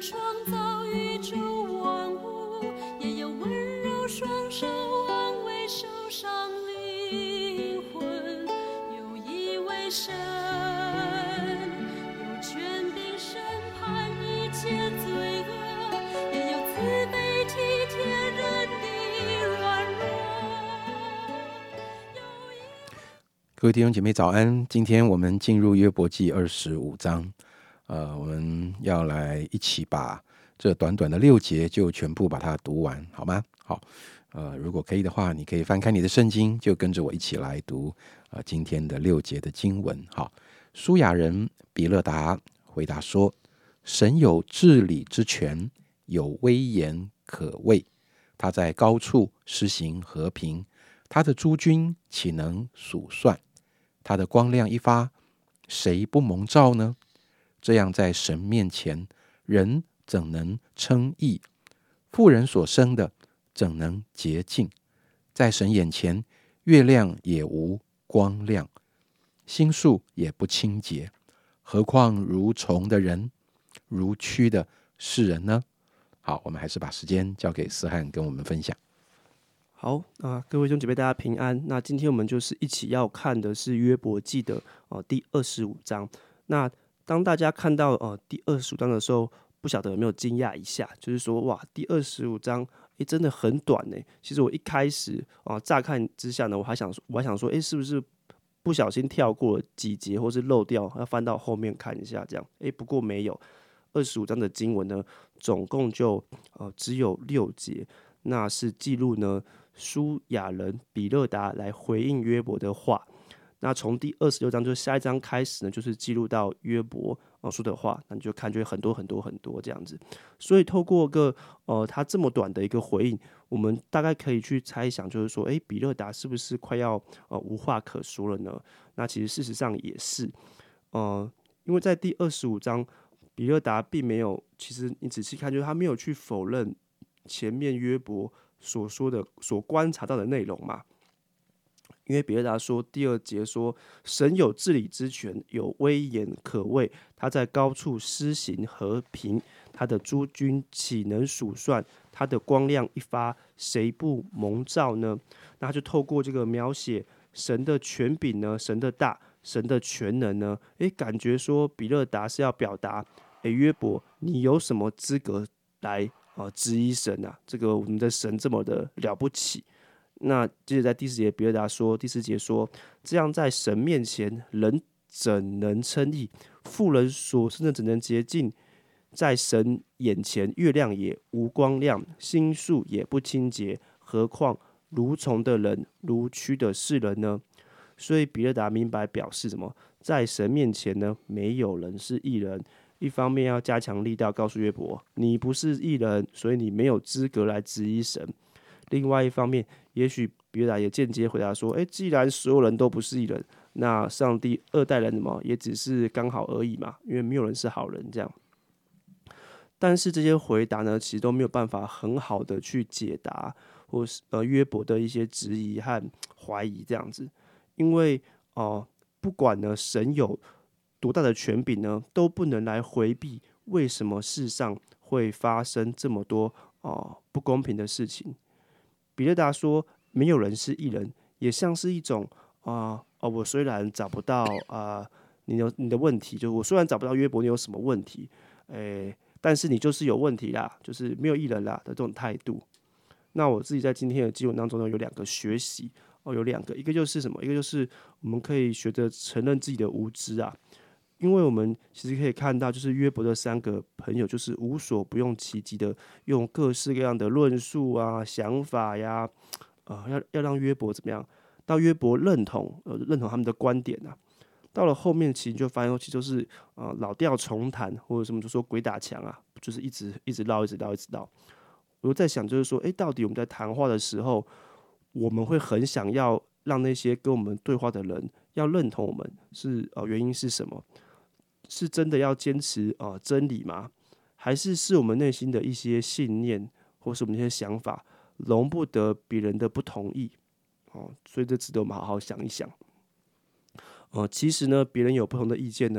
创造宇宙万物，也有温柔双手安慰受伤灵魂。有一位神，有权柄审判一切罪恶，也有慈悲体贴人的软弱。 各位弟兄姐妹早安，今天我们进入约伯记25章，我们要来一起把这短短的6节就全部把它读完，好吗？好，如果可以的话，你可以翻开你的圣经，就跟着我一起来读今天的6节的经文。好，书亚人比勒达回答说：神有治理之权，有威严可畏，他在高处施行和平，他的诸军岂能数算？他的光亮一发，谁不蒙照呢？这样在神面前，人怎能称义？妇人所生的怎能洁净？在神眼前，月亮也无光亮，星宿也不清洁，何况如虫的人，如蛆的世人呢？好，我们还是把时间交给思翰跟我们分享。 好各位弟兄姐妹，大家平安。那今天我们就是一起要看的是约伯记的第25章。那当大家看到第25章的时候，不晓得有没有惊讶一下，就是说哇，第25章真的很短呢。其实我一开始乍看之下呢，我还想说是不是不小心跳过了几节，或是漏掉，要翻到后面看一下这样。不过没有，25章的经文呢，总共就只有6节，那是记录呢书亚人比勒达来回应约伯的话。那从第26章就是下一章开始呢，就是记录到约伯说的话，那你就看就会很多很多很多这样子。所以透过他这么短的一个回应，我们大概可以去猜想，就是说比勒达是不是快要无话可说了呢？那其实事实上也是因为在第25章比勒达并没有，其实你仔细看，就是他没有去否认前面约伯所说的、所观察到的内容嘛。因为比勒达说第2节说，神有治理之权，有威严可畏，他在高处施行和平，他的诸军岂能数算？他的光亮一发，谁不蒙照呢？那他就透过这个描写神的权柄呢，神的大，神的全能呢，感觉说比勒达是要表达，约伯，你有什么资格来质疑神啊？这个我们的神这么的了不起。那接着在第4节，比勒达说，第4节说，这样在神面前，人怎能称义？妇人所生的怎能洁净？在神眼前，月亮也无光亮，星宿也不清洁，何况如虫的人，如蛆的世人呢？所以比勒达明白表示什么？在神面前呢，没有人是义人。一方面要加强力道，告诉约伯，你不是义人，所以你没有资格来质疑神。另外一方面，也许比勒达也间接回答说，既然所有人都不是义人，那上帝2代人也只是刚好而已嘛，因为没有人是好人这样。但是这些回答呢，其实都没有办法很好的去解答或是约伯的一些质疑和怀疑这样子，因为不管呢神有多大的权柄呢，都不能来回避为什么世上会发生这么多不公平的事情。比勒达说没有人是义人，也像是一种我虽然找不到你的问题，就是我虽然找不到约伯你有什么问题，但是你就是有问题啦，就是没有义人啦的这种态度。那我自己在今天的经文当中呢，有2个学习有2个，一个就是什么？一个就是我们可以学着承认自己的无知啊，因为我们其实可以看到，就是约伯的3个朋友，就是无所不用其极的用各式各样的论述啊、想法呀，要让约伯怎么样？到约伯认同他们的观点啊。到了后面，其实就发现，其实就是老调重弹，或者什么就说鬼打墙啊，就是一直唠，一直唠。我就在想，就是说，到底我们在谈话的时候，我们会很想要让那些跟我们对话的人要认同我们是原因是什么？是真的要坚持真理吗？还是我们内心的一些信念，或是我们一些想法容不得别人的不同意？所以这值得我们好好想一想。其实呢，别人有不同的意见呢，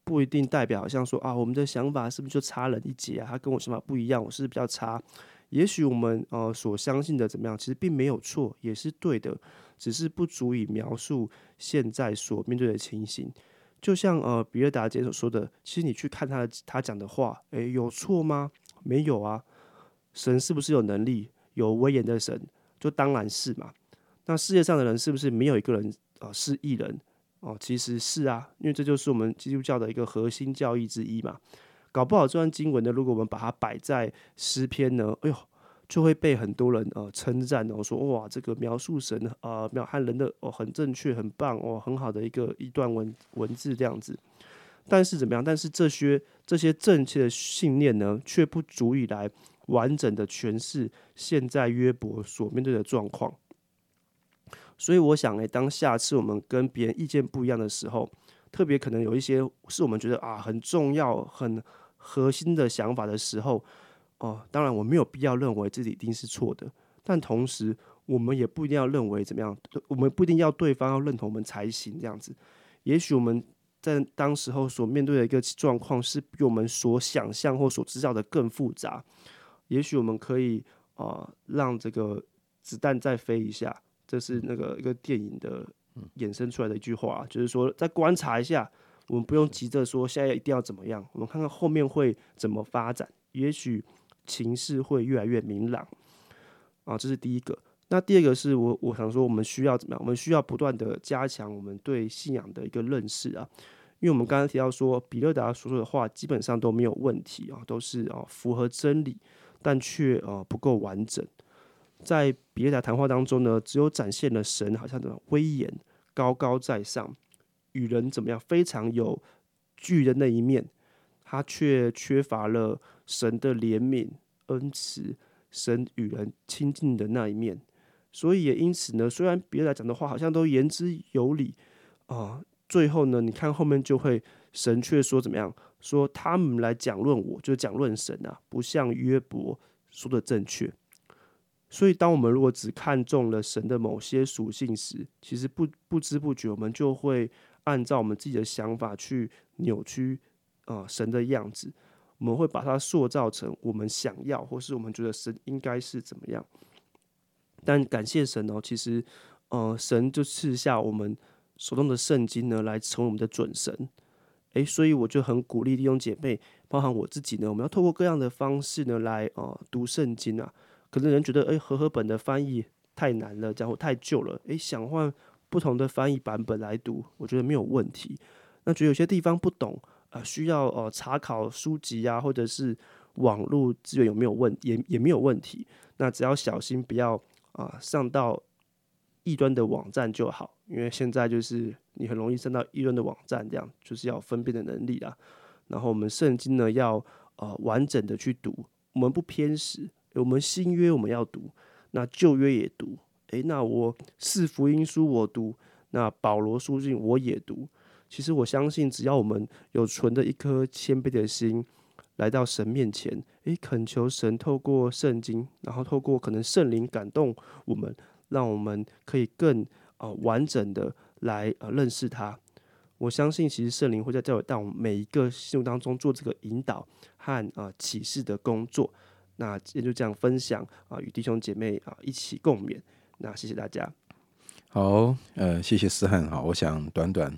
不一定代表好像说啊，我们的想法是不是就差人一截啊？他跟我想法不一样，我是比较差。也许我们所相信的怎么样，其实并没有错，也是对的，只是不足以描述现在所面对的情形。就像比勒达姐所说的，其实你去看他讲的话，有错吗？没有啊。神是不是有能力、有威严的神？就当然是嘛。那世界上的人是不是没有一个人是义人？其实是啊，因为这就是我们基督教的一个核心教义之一嘛。搞不好这段经文呢，如果我们把它摆在诗篇呢，哎呦，就会被很多人称赞说哇，这个描述神和人的很正确、很棒很好的一段文字这样子。但是怎么样？但是这些正确的信念呢，却不足以来完整的诠释现在约伯所面对的状况。所以我想当下次我们跟别人意见不一样的时候，特别可能有一些是我们觉得很重要、很核心的想法的时候，当然我没有必要认为自己一定是错的，但同时我们也不一定要认为怎么样，我们不一定要对方要认同我们才行这样子。也许我们在当时候所面对的一个状况是比我们所想象或所知道的更复杂，也许我们可以让这个子弹再飞一下。这是那个一个电影的衍生出来的一句话，就是说再观察一下，我们不用急着说现在一定要怎么样，我们看看后面会怎么发展，也许情势会越来越明朗这是第一个。那第二个是我想说，我们需要怎么样？我们需要不断的加强我们对信仰的一个认识因为我们刚刚提到说，比勒达所说的话基本上都没有问题都是符合真理，但却不够完整。在比勒达谈话当中呢，只有展现了神好像怎么威严、高高在上，与人怎么样非常有距的那一面，他却缺乏了神的怜悯、恩慈，神与人亲近的那一面。所以也因此呢，虽然比勒达讲的话好像都言之有理最后呢，你看后面就会神却说怎么样？说他们来讲论我，就讲论神不像约伯说的正确。所以，当我们如果只看中了神的某些属性时，其实不知不觉，我们就会按照我们自己的想法去扭曲神的样子。我们会把它塑造成我们想要，或是我们觉得神应该是怎么样。但感谢神其实神就赐下我们手中的圣经呢，来成为我们的准神。所以我就很鼓励弟兄姐妹，包含我自己呢，我们要透过各样的方式呢，来读圣经可能人觉得和合本的翻译太难了，然后太旧了，想换不同的翻译版本来读，我觉得没有问题。那觉得有些地方不懂需要查考书籍或者是网络资源有没有也没有问题。那只要小心不要上到异端的网站就好，因为现在就是你很容易上到异端的网站，这样就是要有分辨的能力啦。然后我们圣经呢要完整的去读，我们不偏食。我们新约我们要读，那旧约也读。那我四福音书我读，那保罗书信我也读。其实我相信，只要我们有存的一颗谦卑的心，来到神面前，恳求神透过圣经，然后透过可能圣灵感动我们，让我们可以更完整的来认识他。我相信，其实圣灵会在我们每一个信徒当中做这个引导和启示的工作。那今天就这样分享与弟兄姐妹一起共勉。那谢谢大家。 好，谢谢思翰。好，我想短短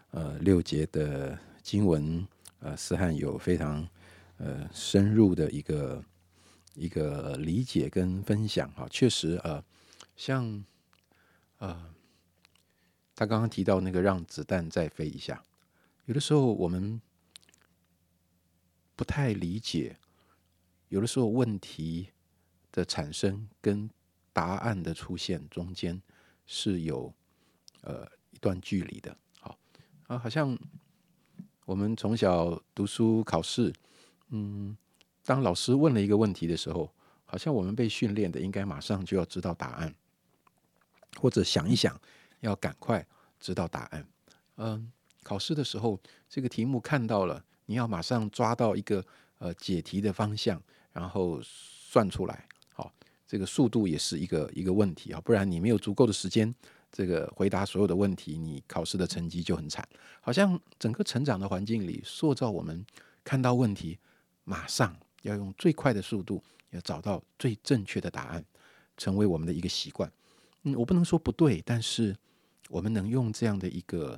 6节的经文，思翰有非常深入的一个理解跟分享。好，确实像他刚刚提到那个让子弹再飞一下，有的时候我们不太理解。有的时候问题的产生跟答案的出现中间是有一段距离的。好像我们从小读书考试，当老师问了一个问题的时候，好像我们被训练的应该马上就要知道答案，或者想一想要赶快知道答案。考试的时候，这个题目看到了，你要马上抓到一个解题的方向，然后算出来。好，这个速度也是一个问题不然你没有足够的时间这个回答所有的问题，你考试的成绩就很惨。好像整个成长的环境里，塑造我们看到问题，马上要用最快的速度，要找到最正确的答案，成为我们的一个习惯。我不能说不对，但是我们能用这样的一个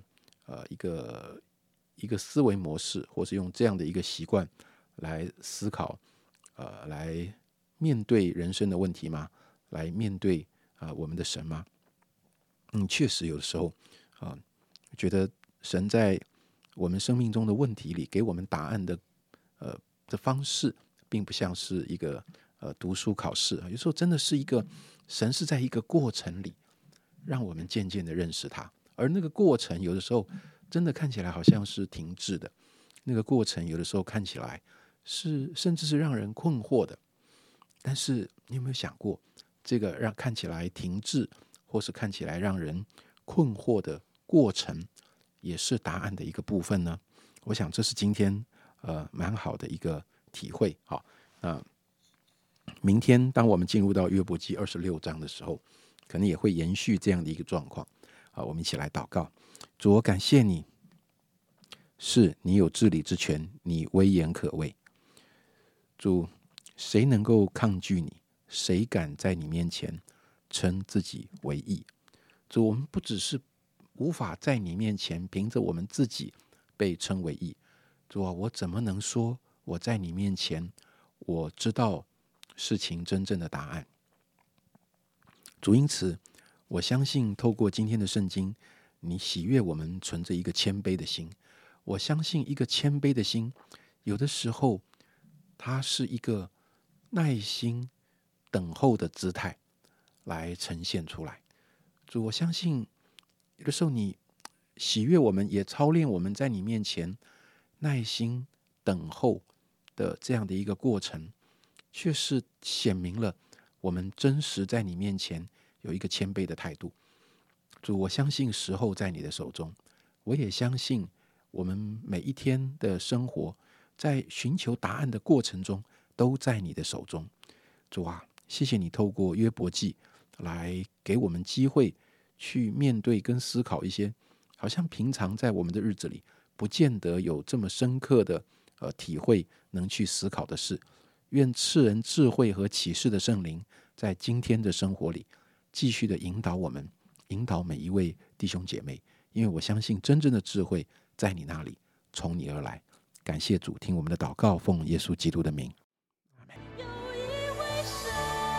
思维模式，或是用这样的一个习惯来思考，来面对人生的问题吗？来面对我们的神吗？确实有的时候觉得神在我们生命中的问题里给我们答案的方式，并不像是一个读书考试，有时候真的是一个神是在一个过程里让我们渐渐的认识他，而那个过程有的时候真的看起来好像是停滞的，那个过程有的时候看起来是甚至是让人困惑的。但是你有没有想过，这个看起来停滞或是看起来让人困惑的过程，也是答案的一个部分呢？我想这是今天蛮好的一个体会。好，那明天当我们进入到约伯记26章的时候，可能也会延续这样的一个状况。我们一起来祷告。主，我感谢你，是你有治理之权，你威严可畏。主，谁能够抗拒你？谁敢在你面前称自己为义？主，我们不只是无法在你面前凭着我们自己被称为义，主啊，我怎么能说我在你面前我知道事情真正的答案？主，因此我相信透过今天的圣经，你喜悦我们存着一个谦卑的心。我相信一个谦卑的心，有的时候它是一个耐心等候的姿态来呈现出来。主，我相信有的时候你喜悦我们，也操练我们在你面前耐心等候的这样的一个过程，却是显明了我们真实在你面前有一个谦卑的态度。主，我相信时候在你的手中，我也相信我们每一天的生活在寻求答案的过程中都在你的手中。主啊，谢谢你透过约伯记来给我们机会去面对跟思考一些好像平常在我们的日子里不见得有这么深刻的体会能去思考的事。愿赐人智慧和启示的圣灵在今天的生活里继续的引导我们，引导每一位弟兄姐妹，因为我相信真正的智慧在你那里，从你而来。感谢主，听我们的祷告，奉耶稣基督的名。 有一位神，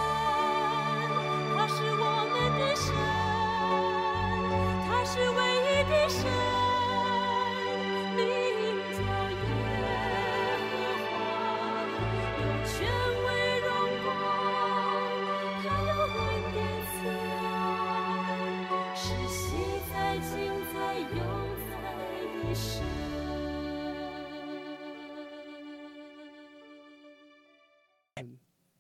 他是我们的神，他是唯一的神，名叫耶和华，有权威荣光，他有恩典慈爱，是昔在今在永在的神。